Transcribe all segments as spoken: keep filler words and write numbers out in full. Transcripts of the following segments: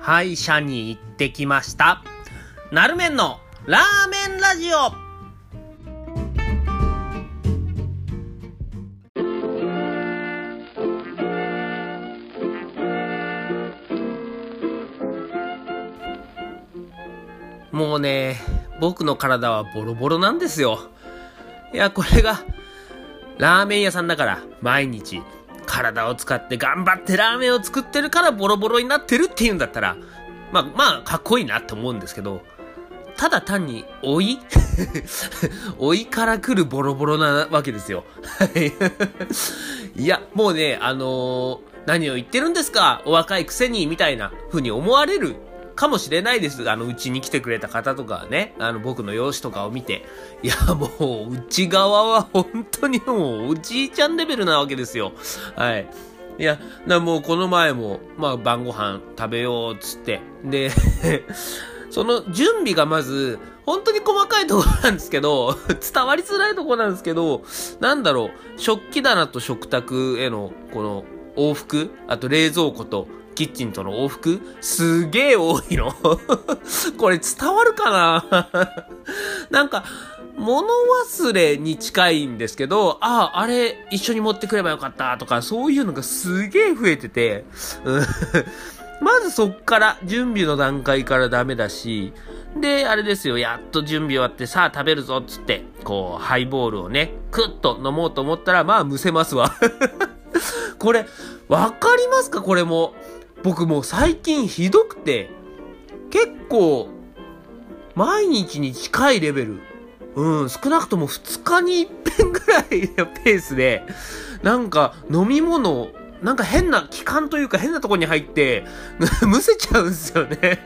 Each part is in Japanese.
歯医者に行ってきました。なるめんのラーメンラジオ。もうね、僕の体はボロボロなんですよ。いや、これがラーメン屋さんだから、毎日体を使って頑張ってラーメンを作ってるからボロボロになってるっていうんだったら、まあまあかっこいいなって思うんですけど、ただ単に老い老いから来るボロボロなわけですよ。いや、もうね、あのー、何を言ってるんですか、お若いくせにみたいな風に思われるかもしれないです。あの、うちに来てくれた方とかね、あの、僕の容姿とかを見て。いや、もう、内側は本当にもう、おじいちゃんレベルなわけですよ。はい。いや、な、もうこの前も、まあ、晩ご飯食べようっつって。で、その準備がまず、本当に細かいところなんですけど、伝わりづらいところなんですけど、なんだろう、食器棚と食卓への、この、往復、あと冷蔵庫と、キッチンとの往復すげえ多いの。これ伝わるかな。なんか、物忘れに近いんですけど、ああ、あれ一緒に持ってくればよかったとか、そういうのがすげえ増えてて、まずそっから準備の段階からダメだし、で、あれですよ、やっと準備終わってさあ食べるぞっつって、こう、ハイボールをね、クッと飲もうと思ったら、まあ、むせますわ。これ、わかりますか？これも。僕もう最近ひどくて、結構、毎日に近いレベル、うん、少なくともふつかにいっぺんぐらいのペースで、なんか飲み物、なんか変な気管というか変なところに入って、むせちゃうんですよね。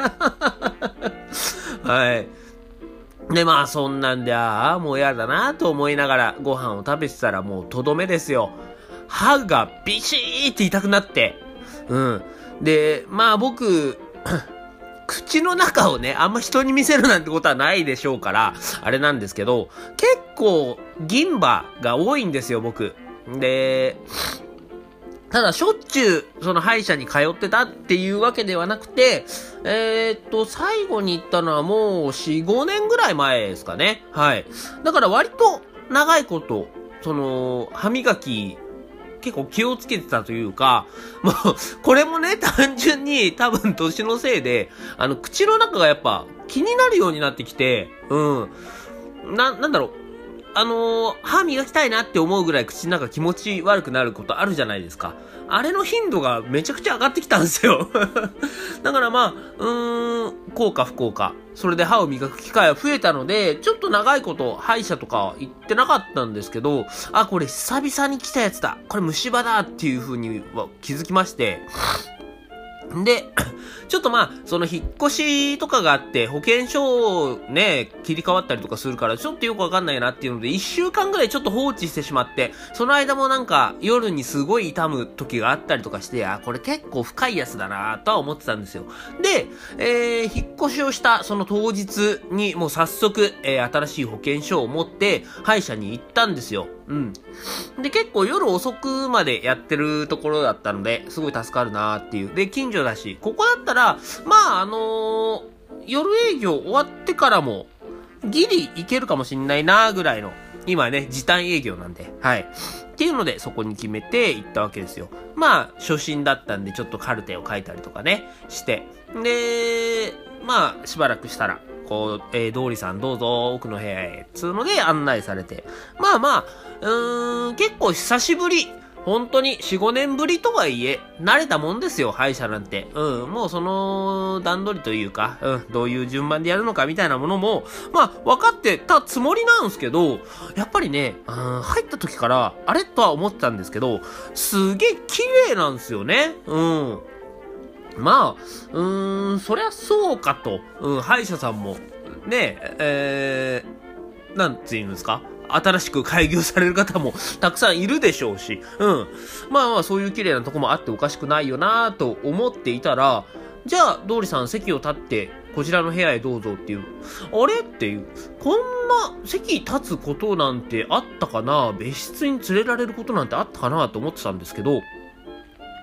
はい。で、まあそんなんで、ああ、もうやだなと思いながらご飯を食べてたらもうとどめですよ。歯がビシーって痛くなって、うん。で、まあ僕、口の中をね、あんま人に見せるなんてことはないでしょうから、あれなんですけど、結構銀歯が多いんですよ、僕。で、ただしょっちゅう、その歯医者に通ってたっていうわけではなくて、えー、っと、最後に行ったのはもうよん、ごねんぐらい前ですかね。はい。だから割と長いこと、その、歯磨き、結構気をつけてたというか、もう、これもね、単純に多分年のせいで、あの、口の中がやっぱ気になるようになってきて、うん。な、なんだろう。あのー、歯磨きたいなって思うぐらい口の中気持ち悪くなることあるじゃないですか。あれの頻度がめちゃくちゃ上がってきたんですよ。だからまあ、うーん、効果不効果。それで歯を磨く機会は増えたので、ちょっと長いこと歯医者とか行ってなかったんですけど、あ、これ久々に来たやつだ。これ虫歯だっていう風には気づきまして。で、ちょっとまあ、その引っ越しとかがあって、保険証をね、切り替わったりとかするから、ちょっとよくわかんないなっていうので、一週間ぐらいちょっと放置してしまって、その間もなんか、夜にすごい痛む時があったりとかして、あ、これ結構深いやつだなとは思ってたんですよ。で、えー、引っ越しをしたその当日に、もう早速、えー、新しい保険証を持って、歯医者に行ったんですよ。うん。で、結構夜遅くまでやってるところだったので、すごい助かるなーっていう。で、近所だし、ここだったら、まあ、あのー、夜営業終わってからも、ギリ行けるかもしんないなーぐらいの、今ね、時短営業なんで、はい。っていうので、そこに決めて行ったわけですよ。まあ、初心だったんで、ちょっとカルテを書いたりとかね、して。で、まあ、しばらくしたら、こう、えー、通りさんどうぞ奥の部屋へ、つうので案内されて。まあまあ、うーん、結構久しぶり。本当によん、ごねんぶりとはいえ、慣れたもんですよ、歯医者なんて。うん、もうその、段取りというか、うん、どういう順番でやるのかみたいなものも、まあ、分かってたつもりなんですけど、やっぱりね、うん、入った時から、あれとは思ってたんですけど、すげえ綺麗なんですよね。うん。まあ、うーん、そりゃそうかと。うん、歯医者さんも、ね、えー、なんて言うんですか？新しく開業される方もたくさんいるでしょうし、うん。まあまあ、そういう綺麗なとこもあっておかしくないよなと思っていたら、じゃあ、通りさん席を立って、こちらの部屋へどうぞっていう。あれっていう。こんな席立つことなんてあったかな？別室に連れられることなんてあったかなと思ってたんですけど、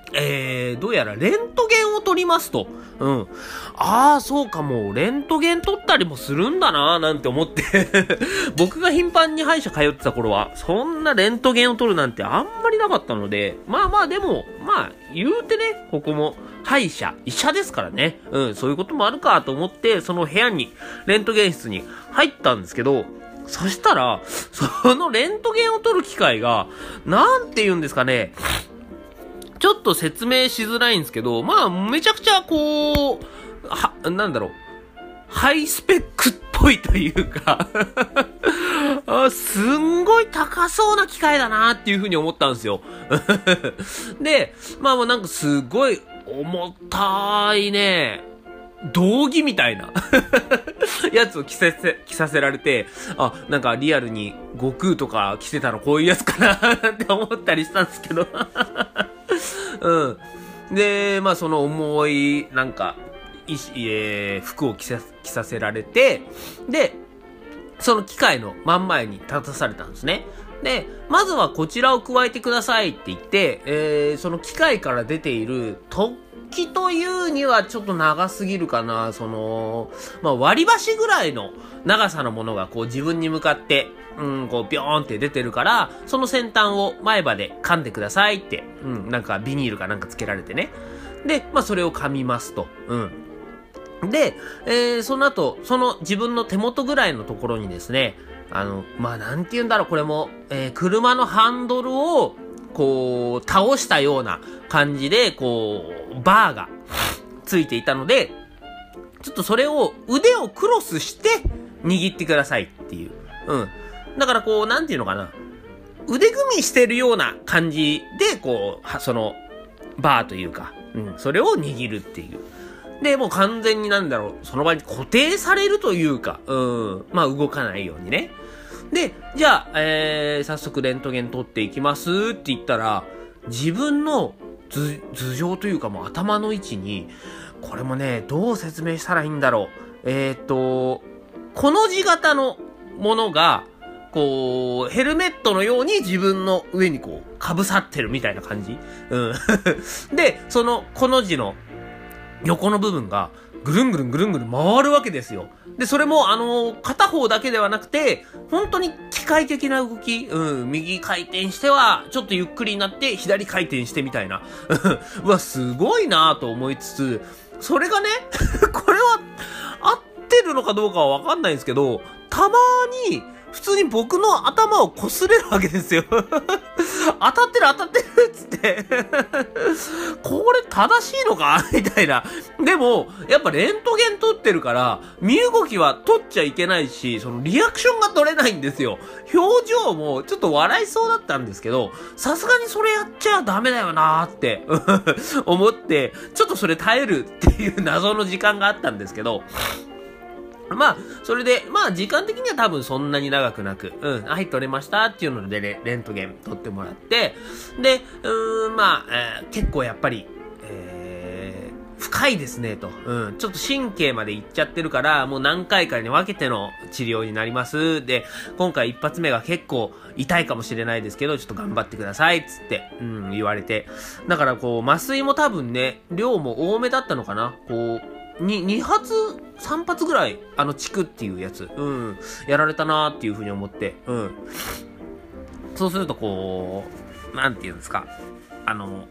えー、どうやらレントゲンを取りますと。うん。ああ、そうかも。レントゲン取ったりもするんだなーなんて思って。僕が頻繁に歯医者通ってた頃は、そんなレントゲンを取るなんてあんまりなかったので、まあまあでも、まあ、言うてね、ここも歯医者、医者ですからね。うん、そういうこともあるかと思って、その部屋に、レントゲン室に入ったんですけど、そしたら、そのレントゲンを取る機械が、なんて言うんですかね、ちょっと説明しづらいんですけど、まあ、めちゃくちゃこう、は、なんだろう、ハイスペックっぽいというかあ、すんごい高そうな機械だなっていう風に思ったんですよ。で、まあもうなんかすごい重たいね、道着みたいなやつを着させ、着させられて、あ、なんかリアルに悟空とか着てたのこういうやつかなって思ったりしたんですけどうん。で、まあその重い、なんか、いえー、服を着さ、着させられて、で、その機械の真ん前に立たされたんですね。で、まずはこちらを加えてくださいって言って、えー、その機械から出ている突起というにはちょっと長すぎるかな。その、まあ割り箸ぐらいの長さのものがこう自分に向かって、うん、こうビョーンって出てるから、その先端を前歯で噛んでくださいって、うん、なんかビニールかなんかつけられてね。で、まあそれを噛みますと。うん。で、えー、その後、その自分の手元ぐらいのところにですね、あの、まあ、なんて言うんだろう、これも、えー、車のハンドルを、こう、倒したような感じで、こう、バーがついていたので、ちょっとそれを、腕をクロスして、握ってくださいっていう。うん。だからこう、なんていうのかな。腕組みしてるような感じで、こう、その、バーというか、うん、それを握るっていう。で、もう完全になんだろう、その場に固定されるというか、うん、まあ動かないようにね。で、じゃあ、えー、早速レントゲン取っていきますって言ったら、自分の頭、頭上というかもう頭の位置に、これもね、どう説明したらいいんだろう。えーと、この字型のものが、こう、ヘルメットのように自分の上にこう、被さってるみたいな感じ。うん。で、その、この字の、横の部分がぐるんぐるんぐるんぐるん回るわけですよ。で、それもあのー、片方だけではなくて、本当に機械的な動き、うん、右回転しては、ちょっとゆっくりになって、左回転してみたいな。うわ、すごいなぁと思いつつ、それがね、これは合ってるのかどうかはわかんないんですけど、たまに、普通に僕の頭を擦れるわけですよ。当たってる当たってるっつって。これ正しいのかみたいな。でも、やっぱレントゲン撮ってるから、身動きは撮っちゃいけないし、そのリアクションが取れないんですよ。表情もちょっと笑いそうだったんですけど、さすがにそれやっちゃダメだよなーって思って、ちょっとそれ耐えるっていう謎の時間があったんですけど、まあ、それで、まあ、時間的には多分そんなに長くなく、うん、はい、撮れましたっていうので、レ, レントゲン撮ってもらって、で、うーん、まあ、えー、結構やっぱり、えー、深いですね、と。うん、ちょっと神経までいっちゃってるから、もう何回かに分けての治療になります。で、今回一発目が結構痛いかもしれないですけど、ちょっと頑張ってください、つって、うん、言われて。だからこう、麻酔も多分ね、量も多めだったのかな、こう、に、に発、さん発ぐらい、あの、チクっていうやつ、うん、やられたなーっていう風に思って、うん。そうすると、こう、なんていうんですか、あの、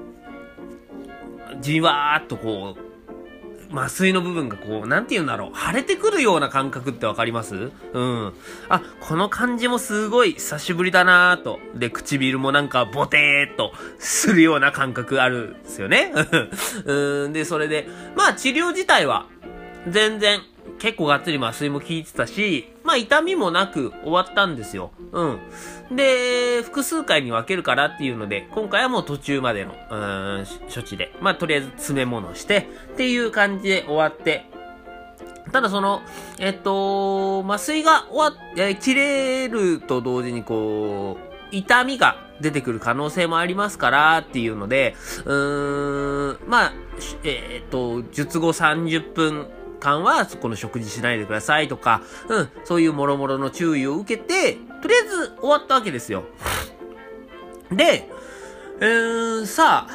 じわーっとこう、麻酔の部分がこう、なんていうんだろう、腫れてくるような感覚ってわかります？うん。あ、この感じもすごい久しぶりだなーと。で、唇もなんかボテーっとするような感覚あるんですよね。うん。で、それで、まあ治療自体は、全然、結構がっつり麻酔も効いてたし、まあ痛みもなく終わったんですよ。うん。で、複数回に分けるからっていうので、今回はもう途中までの、うーん、処置で、まあとりあえず詰め物して、っていう感じで終わって、ただその、えっと、麻酔が終わっ、えー、切れると同時にこう、痛みが出てくる可能性もありますからっていうので、うーん、まあ、えー、っと、術後さんじゅっぷん間はそこの食事しないでくださいとか、うん、そういう諸々の注意を受けて、とりあえず終わったわけですよ。で、うーん、さあ、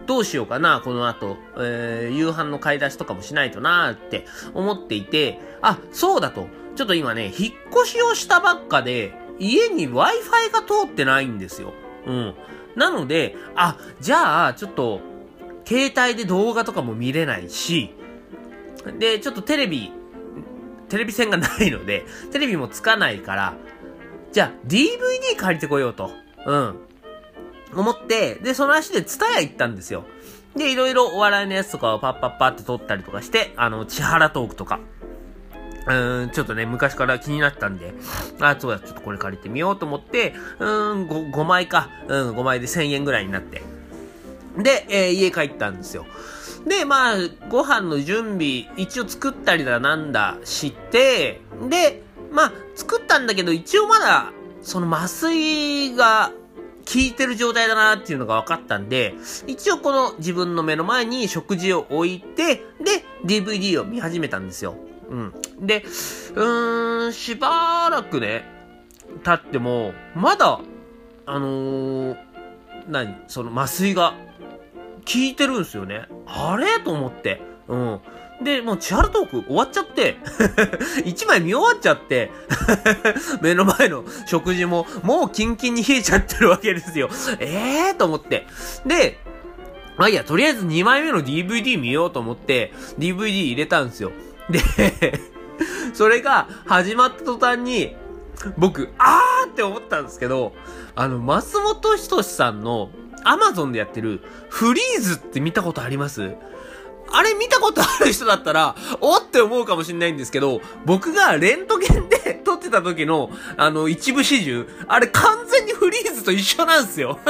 どうしようかな、この後、えー、夕飯の買い出しとかもしないとなーって思っていて、あ、そうだと。ちょっと今ね、引っ越しをしたばっかで、家に Wi-Fi が通ってないんですよ。うん。なので、あ、じゃあ、ちょっと、携帯で動画とかも見れないし、で、ちょっとテレビ、テレビ線がないので、テレビもつかないから、じゃあ ディーブイディー 借りてこようと。うん。思って、で、その足でツタヤ行ったんですよ。で、いろいろお笑いのやつとかをパッパッパって撮ったりとかして、あの、千原トークとか。うーん、ちょっとね、昔から気になったんで、あ、そうだ、ちょっとこれ借りてみようと思って、うーん、ご、ごまいか。うん、ごまいでせんえんぐらいになって。で、えー、家帰ったんですよ。で、まあ、ご飯の準備、一応作ったりだなんだして、で、まあ、作ったんだけど、一応まだ、その麻酔が効いてる状態だなっていうのが分かったんで、一応この自分の目の前に食事を置いて、で、ディーブイディー を見始めたんですよ。うん。で、うーん、しばらくね、経っても、まだ、あのー、何その麻酔が、効いてるんですよね。あれと思って。うん。で、もう千原トーク終わっちゃって、一枚見終わっちゃって、目の前の食事ももうキンキンに冷えちゃってるわけですよ。えーと思って。で、まあいいや、とりあえずにまいめの ディーブイディー 見ようと思って、ディーブイディー 入れたんですよ。で、それが始まった途端に、僕、あーって思ったんですけど、あの、松本人志さんのアマゾンでやってるフリーズって見たことあります？あれ見たことある人だったら、おって思うかもしれないんですけど、僕がレントゲンで撮ってた時の、あの、一部始終、あれ完全にフリーズと一緒なんですよ。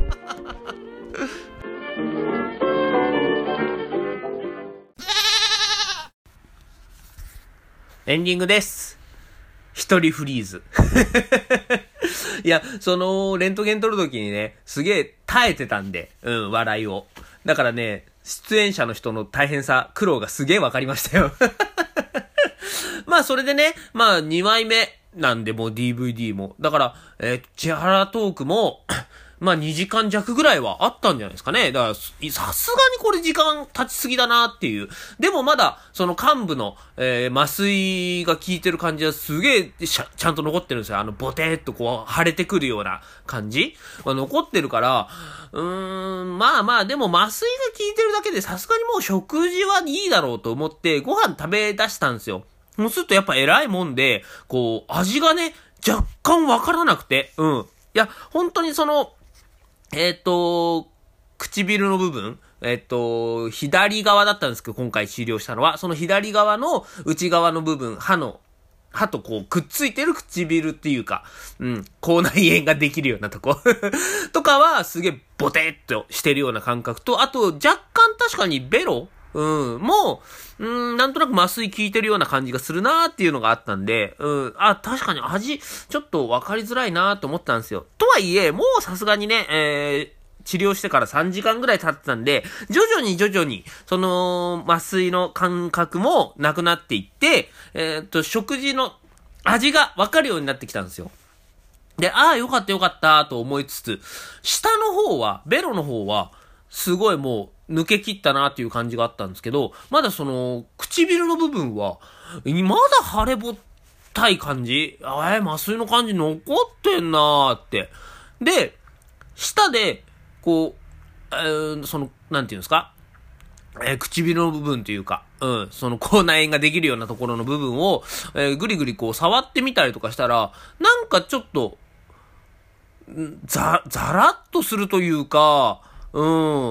エンディングです。一人フリーズ。いや、その、レントゲン撮るときにね、すげえ耐えてたんで、うん、笑いを。だからね、出演者の人の大変さ、苦労がすげえわかりましたよ。まあ、それでね、まあ、にまいめなんで、もう ディーブイディー も。だから、えー、千原トークも、まあにじかん弱ぐらいはあったんじゃないですかね。だから、さすがにこれ時間経ちすぎだなっていう。でもまだ、その幹部の、えー、麻酔が効いてる感じはすげえちゃんと残ってるんですよ。あの、ボテーっとこう、腫れてくるような感じが残ってるから、うーん、まあまあ、でも麻酔が効いてるだけでさすがにもう食事はいいだろうと思って、ご飯食べ出したんですよ。そうするとやっぱ偉いもんで、こう、味がね、若干わからなくて、うん。いや、本当にその、えっと、唇の部分、えっと、左側だったんですけど、今回治療したのは、その左側の内側の部分、歯の、歯とこうくっついてる唇っていうか、うん、口内炎ができるようなとこ。とかは、すげえボテッとしてるような感覚と、あと、若干確かにベロうん、もう、うん、なんとなく麻酔効いてるような感じがするなーっていうのがあったんで、うん、あ、確かに味、ちょっとわかりづらいなーと思ったんですよ。とはいえ、もうさすがにね、えー、治療してからさんじかんぐらい経ってたんで、徐々に徐々に、その、麻酔の感覚もなくなっていって、えー、っと、食事の味がわかるようになってきたんですよ。で、ああ、よかったよかったと思いつつ、下の方は、ベロの方は、すごいもう抜け切ったなっていう感じがあったんですけど、まだその唇の部分はまだ腫れぼったい感じ、あえ麻酔の感じ残ってんなーって。で、舌でこう、えー、そのなんていうんですか、えー、唇の部分というか、うん、その口内炎ができるようなところの部分を、えー、ぐりぐりこう触ってみたりとかしたら、なんかちょっとざざらっとするというか。うん。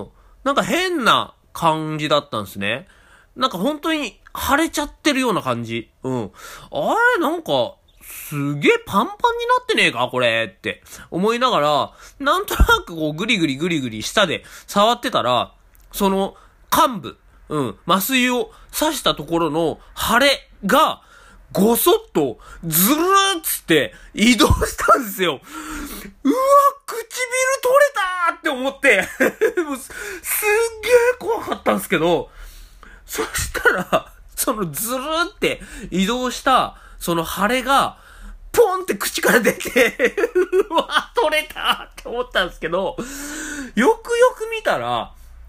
なんか変な感じだったんですね。なんか本当に腫れちゃってるような感じ。うん。あれなんか、すげえパンパンになってねえかこれって思いながら、なんとなくこうグリグリグリグリ舌で触ってたら、その患部、うん、麻酔を刺したところの腫れが、ごそっと、ずるーっつって移動したんですよ。うわ、唇取れたーって思って、すっげー怖かったんですけど、そしたら、そのずるーって移動した、その腫れが、ポンって口から出て、うわ、取れたって思ったんですけど、よくよく見たら、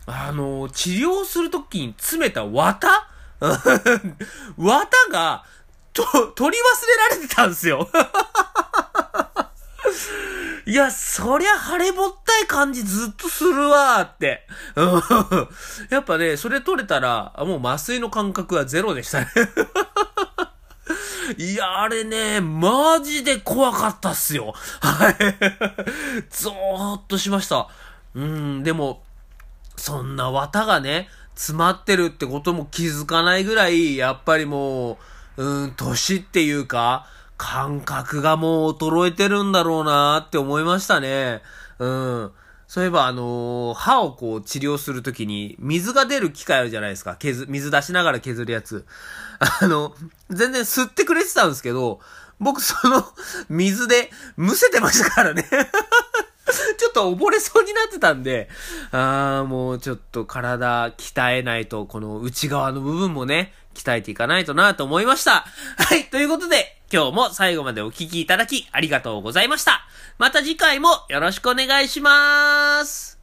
あの、治療するときに詰めた綿綿が、と、取り忘れられてたんですよ。いや、そりゃ腫れぼったい感じずっとするわーって。やっぱね、それ取れたら、もう麻酔の感覚はゼロでしたね。いや、あれね、マジで怖かったっすよ。はい。ゾーっとしました。うん、でも、そんな綿がね、詰まってるってことも気づかないぐらい、やっぱりもう、うん、年っていうか、感覚がもう衰えてるんだろうなって思いましたね。うん。そういえばあのー、歯をこう治療するときに水が出る機械あるじゃないですか。削、水出しながら削るやつ。あの、全然吸ってくれてたんですけど、僕その水でむせてましたからね。ちょっと溺れそうになってたんで、あーもうちょっと体鍛えないと、この内側の部分もね、鍛えていかないとなと思いました。はい、ということで、今日も最後までお聞きいただきありがとうございました。また次回もよろしくお願いします。